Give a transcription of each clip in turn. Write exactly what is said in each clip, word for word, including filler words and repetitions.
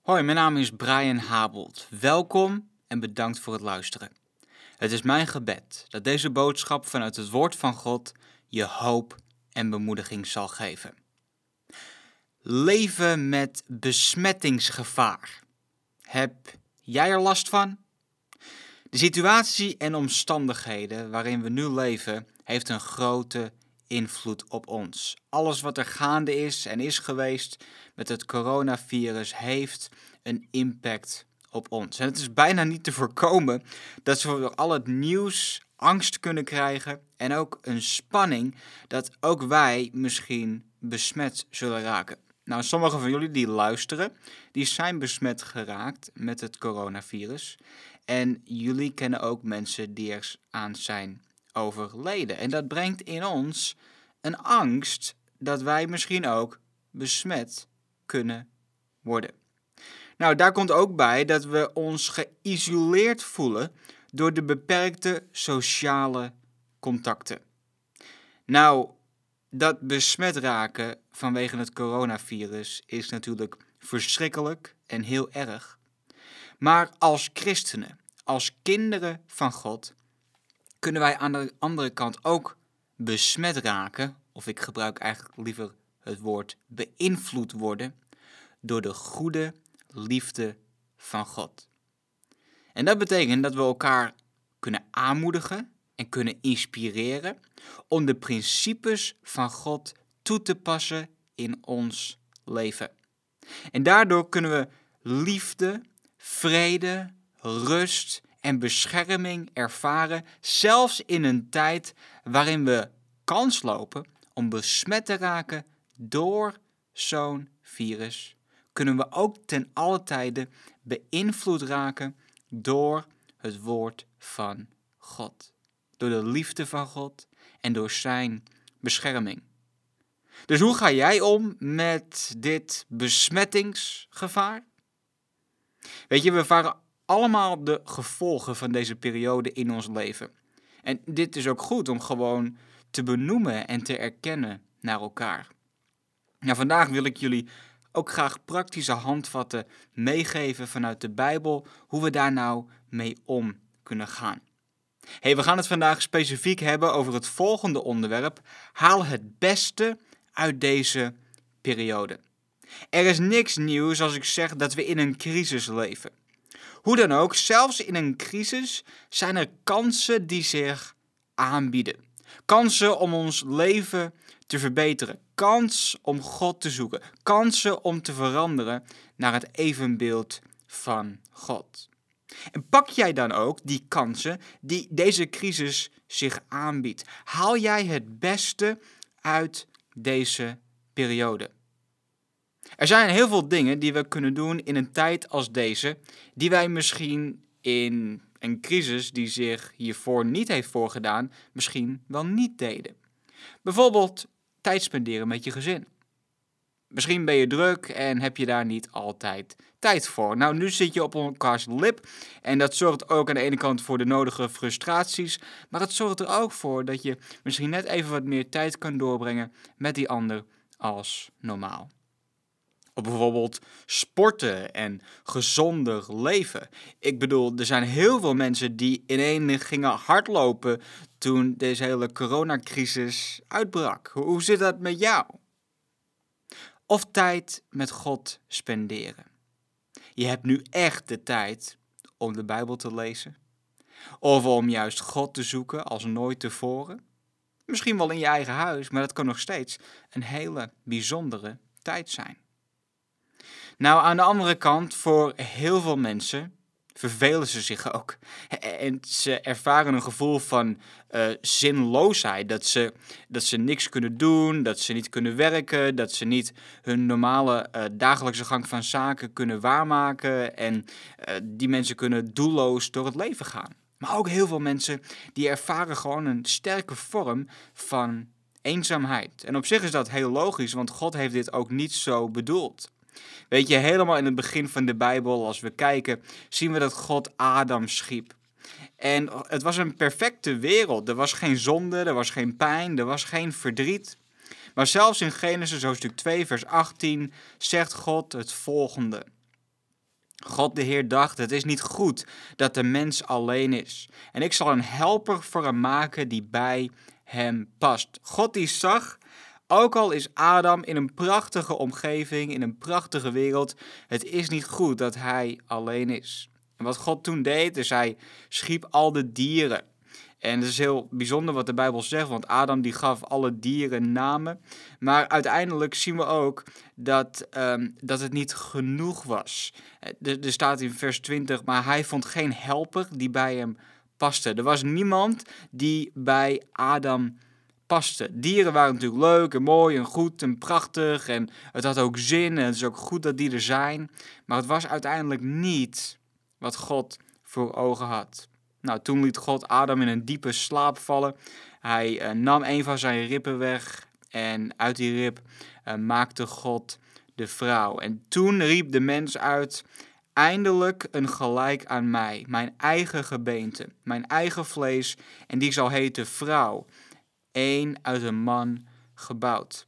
Hoi, mijn naam is Brian Habold. Welkom en bedankt voor het luisteren. Het is mijn gebed dat deze boodschap vanuit het woord van God je hoop en bemoediging zal geven. Leven met besmettingsgevaar. Heb jij er last van? De situatie en omstandigheden waarin we nu leven heeft een grote invloed op ons. Alles wat er gaande is en is geweest met het coronavirus heeft een impact op ons. En het is bijna niet te voorkomen dat we door al het nieuws angst kunnen krijgen en ook een spanning dat ook wij misschien besmet zullen raken. Nou, sommigen van jullie die luisteren, die zijn besmet geraakt met het coronavirus. En jullie kennen ook mensen die er aan zijn overleden. En dat brengt in ons een angst dat wij misschien ook besmet kunnen worden. Nou, daar komt ook bij dat we ons geïsoleerd voelen door de beperkte sociale contacten. Nou, dat besmet raken vanwege het coronavirus is natuurlijk verschrikkelijk en heel erg. Maar als christenen, als kinderen van God, kunnen wij aan de andere kant ook besmet raken, of ik gebruik eigenlijk liever het woord beïnvloed worden, door de goede liefde van God. En dat betekent dat we elkaar kunnen aanmoedigen en kunnen inspireren om de principes van God toe te passen in ons leven. En daardoor kunnen we liefde, vrede, rust en bescherming ervaren, zelfs in een tijd waarin we kans lopen om besmet te raken door zo'n virus, kunnen we ook ten alle tijde beïnvloed raken door het woord van God. Door de liefde van God en door zijn bescherming. Dus hoe ga jij om met dit besmettingsgevaar? Weet je, we ervaren allemaal de gevolgen van deze periode in ons leven. En dit is ook goed om gewoon te benoemen en te erkennen naar elkaar. Nou, vandaag wil ik jullie ook graag praktische handvatten meegeven vanuit de Bijbel, hoe we daar nou mee om kunnen gaan. Hey, we gaan het vandaag specifiek hebben over het volgende onderwerp. Haal het beste uit deze periode. Er is niks nieuws als ik zeg dat we in een crisis leven. Hoe dan ook, zelfs in een crisis zijn er kansen die zich aanbieden. Kansen om ons leven te verbeteren. Kans om God te zoeken. Kansen om te veranderen naar het evenbeeld van God. En pak jij dan ook die kansen die deze crisis zich aanbiedt? Haal jij het beste uit deze periode? Er zijn heel veel dingen die we kunnen doen in een tijd als deze, die wij misschien in een crisis die zich hiervoor niet heeft voorgedaan, misschien wel niet deden. Bijvoorbeeld tijd spenderen met je gezin. Misschien ben je druk en heb je daar niet altijd tijd voor. Nou, nu zit je op elkaars lip en dat zorgt ook aan de ene kant voor de nodige frustraties, maar het zorgt er ook voor dat je misschien net even wat meer tijd kan doorbrengen met die ander als normaal. Of bijvoorbeeld sporten en gezonder leven. Ik bedoel, er zijn heel veel mensen die ineens gingen hardlopen toen deze hele coronacrisis uitbrak. Hoe zit dat met jou? Of tijd met God spenderen. Je hebt nu echt de tijd om de Bijbel te lezen. Of om juist God te zoeken als nooit tevoren. Misschien wel in je eigen huis, maar dat kan nog steeds een hele bijzondere tijd zijn. Nou, aan de andere kant, voor heel veel mensen vervelen ze zich ook. En ze ervaren een gevoel van uh, zinloosheid. Dat ze, dat ze niks kunnen doen, dat ze niet kunnen werken, dat ze niet hun normale uh, dagelijkse gang van zaken kunnen waarmaken. En uh, die mensen kunnen doelloos door het leven gaan. Maar ook heel veel mensen die ervaren gewoon een sterke vorm van eenzaamheid. En op zich is dat heel logisch, want God heeft dit ook niet zo bedoeld. Weet je, helemaal in het begin van de Bijbel, als we kijken, zien we dat God Adam schiep. En het was een perfecte wereld. Er was geen zonde, er was geen pijn, er was geen verdriet. Maar zelfs in Genesis hoofdstuk twee, vers achttien, zegt God het volgende. God de Heer dacht, het is niet goed dat de mens alleen is. En ik zal een helper voor hem maken die bij hem past. God die zag, ook al is Adam in een prachtige omgeving, in een prachtige wereld, het is niet goed dat hij alleen is. En wat God toen deed, is hij schiep al de dieren. En het is heel bijzonder wat de Bijbel zegt, want Adam die gaf alle dieren namen. Maar uiteindelijk zien we ook dat, um, dat het niet genoeg was. Er, er staat in vers twintig, maar hij vond geen helper die bij hem paste. Er was niemand die bij Adam paste. Dieren waren natuurlijk leuk en mooi en goed en prachtig en het had ook zin en het is ook goed dat die er zijn. Maar het was uiteindelijk niet wat God voor ogen had. Nou, toen liet God Adam in een diepe slaap vallen. Hij uh, nam een van zijn ribben weg en uit die rib uh, maakte God de vrouw. En toen riep de mens uit, eindelijk een gelijk aan mij, mijn eigen gebeente, mijn eigen vlees, en die zal heten vrouw, één uit een man gebouwd.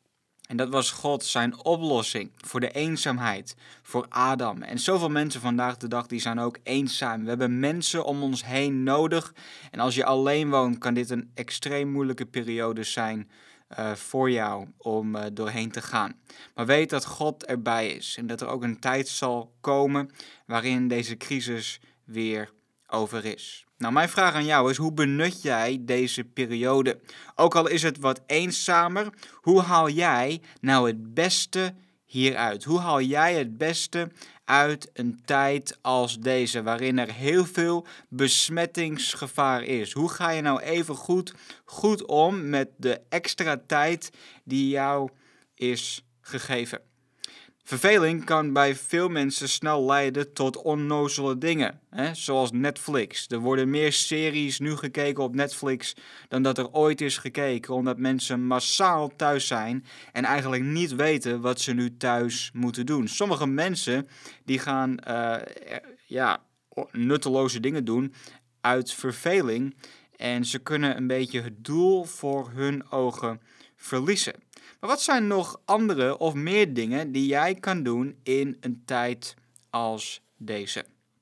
En dat was God zijn oplossing voor de eenzaamheid, voor Adam. En zoveel mensen vandaag de dag die zijn ook eenzaam. We hebben mensen om ons heen nodig. En als je alleen woont, kan dit een extreem moeilijke periode zijn uh, voor jou om uh, doorheen te gaan. Maar weet dat God erbij is en dat er ook een tijd zal komen waarin deze crisis weer over is. Nou, mijn vraag aan jou is, hoe benut jij deze periode? Ook al is het wat eenzamer, hoe haal jij nou het beste hieruit? Hoe haal jij het beste uit een tijd als deze, waarin er heel veel besmettingsgevaar is? Hoe ga je nou even goed, goed om met de extra tijd die jou is gegeven? Verveling kan bij veel mensen snel leiden tot onnozele dingen, hè? Zoals Netflix. Er worden meer series nu gekeken op Netflix dan dat er ooit is gekeken, omdat mensen massaal thuis zijn en eigenlijk niet weten wat ze nu thuis moeten doen. Sommige mensen die gaan uh, ja, nutteloze dingen doen uit verveling en ze kunnen een beetje het doel voor hun ogen verliezen. Maar wat zijn nog andere of meer dingen die jij kan doen in een tijd als deze?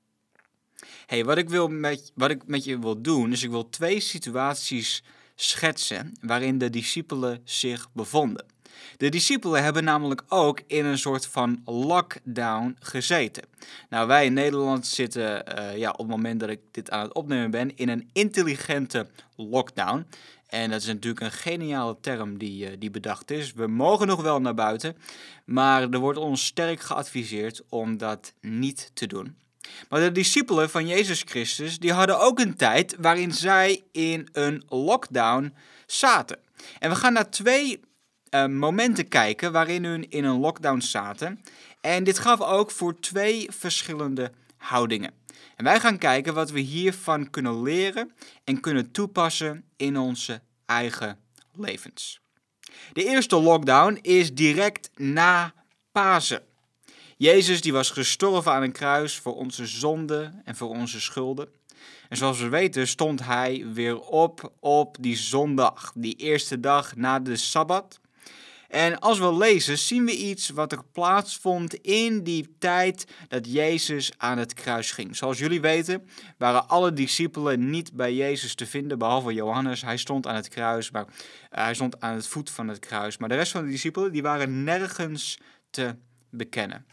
Hey, wat ik, wil met, wat ik met je wil doen, is ik wil twee situaties schetsen waarin de discipelen zich bevonden. De discipelen hebben namelijk ook in een soort van lockdown gezeten. Nou, wij in Nederland zitten uh, ja, op het moment dat ik dit aan het opnemen ben in een intelligente lockdown. En dat is natuurlijk een geniale term die, uh, die bedacht is. We mogen nog wel naar buiten, maar er wordt ons sterk geadviseerd om dat niet te doen. Maar de discipelen van Jezus Christus, die hadden ook een tijd waarin zij in een lockdown zaten. En we gaan naar twee uh, momenten kijken waarin hun in een lockdown zaten. En dit gaf ook voor twee verschillende houdingen. En wij gaan kijken wat we hiervan kunnen leren en kunnen toepassen in onze eigen levens. De eerste lockdown is direct na Pasen. Jezus die was gestorven aan een kruis voor onze zonden en voor onze schulden. En zoals we weten stond hij weer op op die zondag, die eerste dag na de Sabbat. En als we lezen, zien we iets wat er plaatsvond in die tijd dat Jezus aan het kruis ging. Zoals jullie weten, waren alle discipelen niet bij Jezus te vinden, behalve Johannes. Hij stond aan het kruis, maar uh, hij stond aan het voet van het kruis. Maar de rest van de discipelen, die waren nergens te bekennen.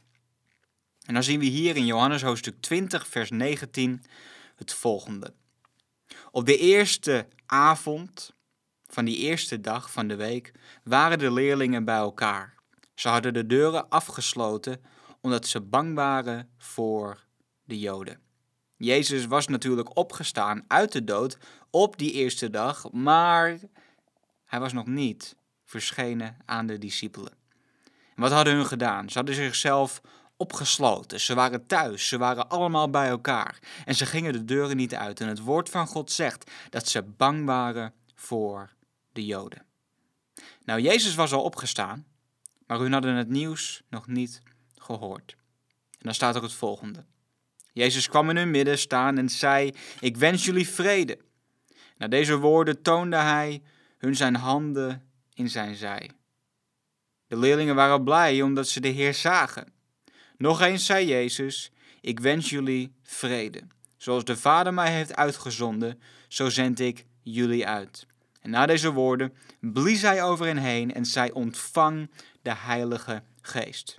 En dan zien we hier in Johannes hoofdstuk twintig, vers negentien, het volgende. Op de eerste avond van die eerste dag van de week waren de leerlingen bij elkaar. Ze hadden de deuren afgesloten omdat ze bang waren voor de Joden. Jezus was natuurlijk opgestaan uit de dood op die eerste dag, maar hij was nog niet verschenen aan de discipelen. En wat hadden hun gedaan? Ze hadden zichzelf opgesloten. Ze waren thuis. Ze waren allemaal bij elkaar. En ze gingen de deuren niet uit. En het woord van God zegt dat ze bang waren voor de Joden. Nou, Jezus was al opgestaan, maar hun hadden het nieuws nog niet gehoord. En dan staat er het volgende. Jezus kwam in hun midden staan en zei, ik wens jullie vrede. Na deze woorden toonde hij hun zijn handen in zijn zij. De leerlingen waren blij omdat ze de Heer zagen. Nog eens zei Jezus, ik wens jullie vrede. Zoals de Vader mij heeft uitgezonden, zo zend ik jullie uit. En na deze woorden blies hij over hen heen en zei, ontvang de Heilige Geest.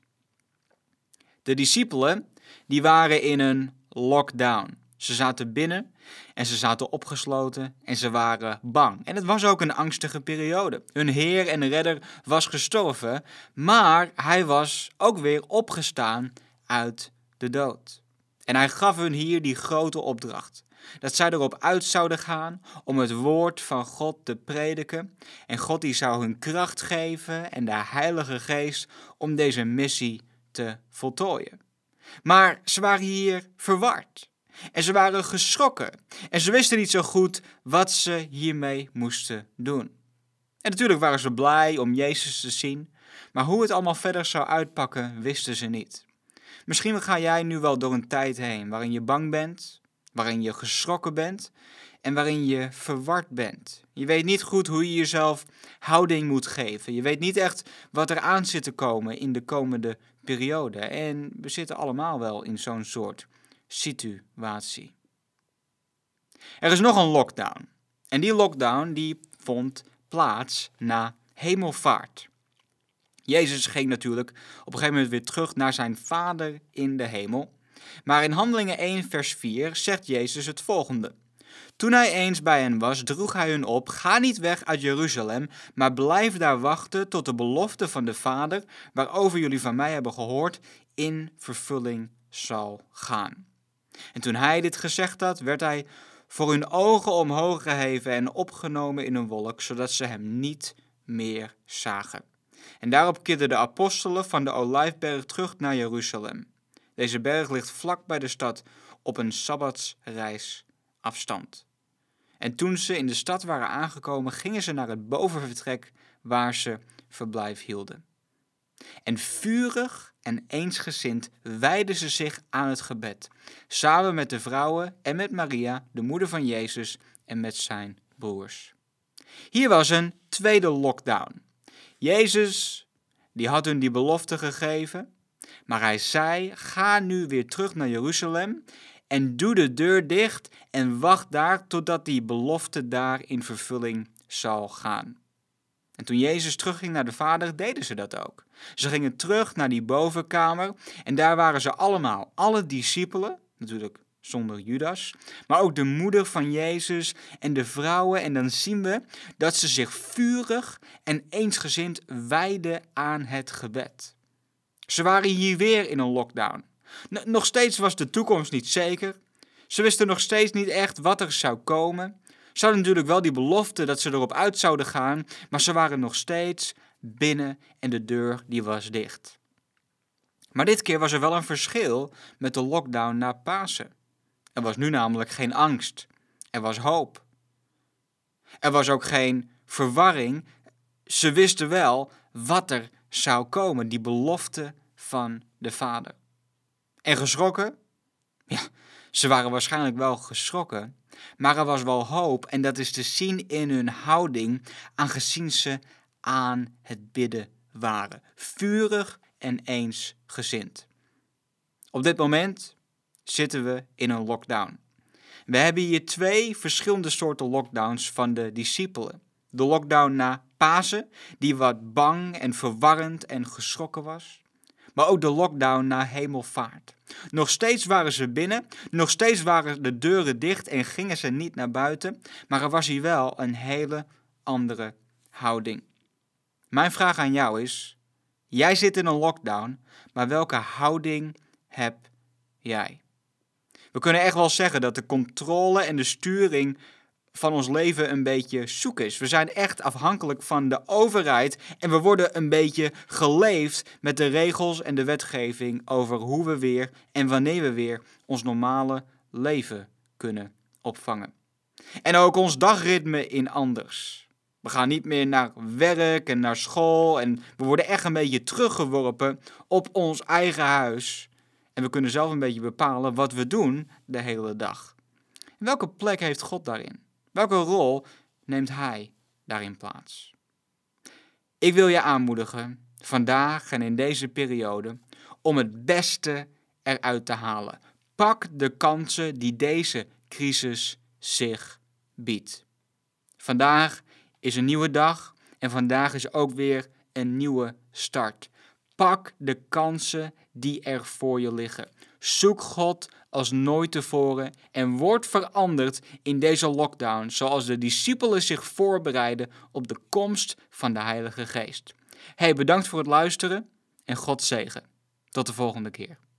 De discipelen, die waren in een lockdown. Ze zaten binnen en ze zaten opgesloten en ze waren bang. En het was ook een angstige periode. Hun Heer en Redder was gestorven, maar hij was ook weer opgestaan uit de dood. En hij gaf hun hier die grote opdracht. Dat zij erop uit zouden gaan om het woord van God te prediken. En God die zou hun kracht geven en de Heilige Geest om deze missie te voltooien. Maar ze waren hier verward. En ze waren geschrokken. En ze wisten niet zo goed wat ze hiermee moesten doen. En natuurlijk waren ze blij om Jezus te zien. Maar hoe het allemaal verder zou uitpakken, wisten ze niet. Misschien ga jij nu wel door een tijd heen waarin je bang bent, waarin je geschrokken bent en waarin je verward bent. Je weet niet goed hoe je jezelf houding moet geven. Je weet niet echt wat er aan zit te komen in de komende periode. En we zitten allemaal wel in zo'n soort situatie. Er is nog een lockdown. En die lockdown die vond plaats na hemelvaart. Jezus ging natuurlijk op een gegeven moment weer terug naar zijn Vader in de hemel. Maar in Handelingen één vers vier zegt Jezus het volgende. Toen hij eens bij hen was, droeg hij hun op, ga niet weg uit Jeruzalem, maar blijf daar wachten tot de belofte van de Vader, waarover jullie van mij hebben gehoord, in vervulling zal gaan. En toen hij dit gezegd had, werd hij voor hun ogen omhoog geheven en opgenomen in een wolk, zodat ze hem niet meer zagen. En daarop keerden de apostelen van de Olijfberg terug naar Jeruzalem. Deze berg ligt vlak bij de stad op een sabbatsreis afstand. En toen ze in de stad waren aangekomen, gingen ze naar het bovenvertrek waar ze verblijf hielden. En vurig en eensgezind wijden ze zich aan het gebed, samen met de vrouwen en met Maria, de moeder van Jezus, en met zijn broers. Hier was een tweede lockdown. Jezus, die had hun die belofte gegeven, maar hij zei, ga nu weer terug naar Jeruzalem en doe de deur dicht en wacht daar totdat die belofte daar in vervulling zal gaan. En toen Jezus terugging naar de Vader, deden ze dat ook. Ze gingen terug naar die bovenkamer en daar waren ze allemaal, alle discipelen, natuurlijk zonder Judas, maar ook de moeder van Jezus en de vrouwen. En dan zien we dat ze zich vurig en eensgezind wijden aan het gebed. Ze waren hier weer in een lockdown. Nog steeds was de toekomst niet zeker. Ze wisten nog steeds niet echt wat er zou komen. Ze hadden natuurlijk wel die belofte dat ze erop uit zouden gaan, maar ze waren nog steeds binnen en de deur die was dicht. Maar dit keer was er wel een verschil met de lockdown na Pasen. Er was nu namelijk geen angst. Er was hoop. Er was ook geen verwarring. Ze wisten wel wat er zou komen, die belofte van de Vader. En geschrokken? Ja, ze waren waarschijnlijk wel geschrokken, maar er was wel hoop en dat is te zien in hun houding, aangezien ze aan het bidden waren. Vurig en eensgezind. Op dit moment zitten we in een lockdown. We hebben hier twee verschillende soorten lockdowns van de discipelen. De lockdown na Pasen, die wat bang en verwarrend en geschrokken was. Maar ook de lockdown na hemelvaart. Nog steeds waren ze binnen, nog steeds waren de deuren dicht en gingen ze niet naar buiten. Maar er was hier wel een hele andere houding. Mijn vraag aan jou is, jij zit in een lockdown, maar welke houding heb jij? We kunnen echt wel zeggen dat de controle en de sturing van ons leven een beetje zoek is. We zijn echt afhankelijk van de overheid en we worden een beetje geleefd met de regels en de wetgeving over hoe we weer en wanneer we weer ons normale leven kunnen opvangen. En ook ons dagritme in anders. We gaan niet meer naar werk en naar school en we worden echt een beetje teruggeworpen op ons eigen huis. En we kunnen zelf een beetje bepalen wat we doen de hele dag. En welke plek heeft God daarin? Welke rol neemt Hij daarin plaats? Ik wil je aanmoedigen, vandaag en in deze periode, om het beste eruit te halen. Pak de kansen die deze crisis zich biedt. Vandaag is een nieuwe dag en vandaag is ook weer een nieuwe start. Pak de kansen die er voor je liggen. Zoek God als nooit tevoren en word veranderd in deze lockdown, zoals de discipelen zich voorbereiden op de komst van de Heilige Geest. Hey, bedankt voor het luisteren en God zegen. Tot de volgende keer.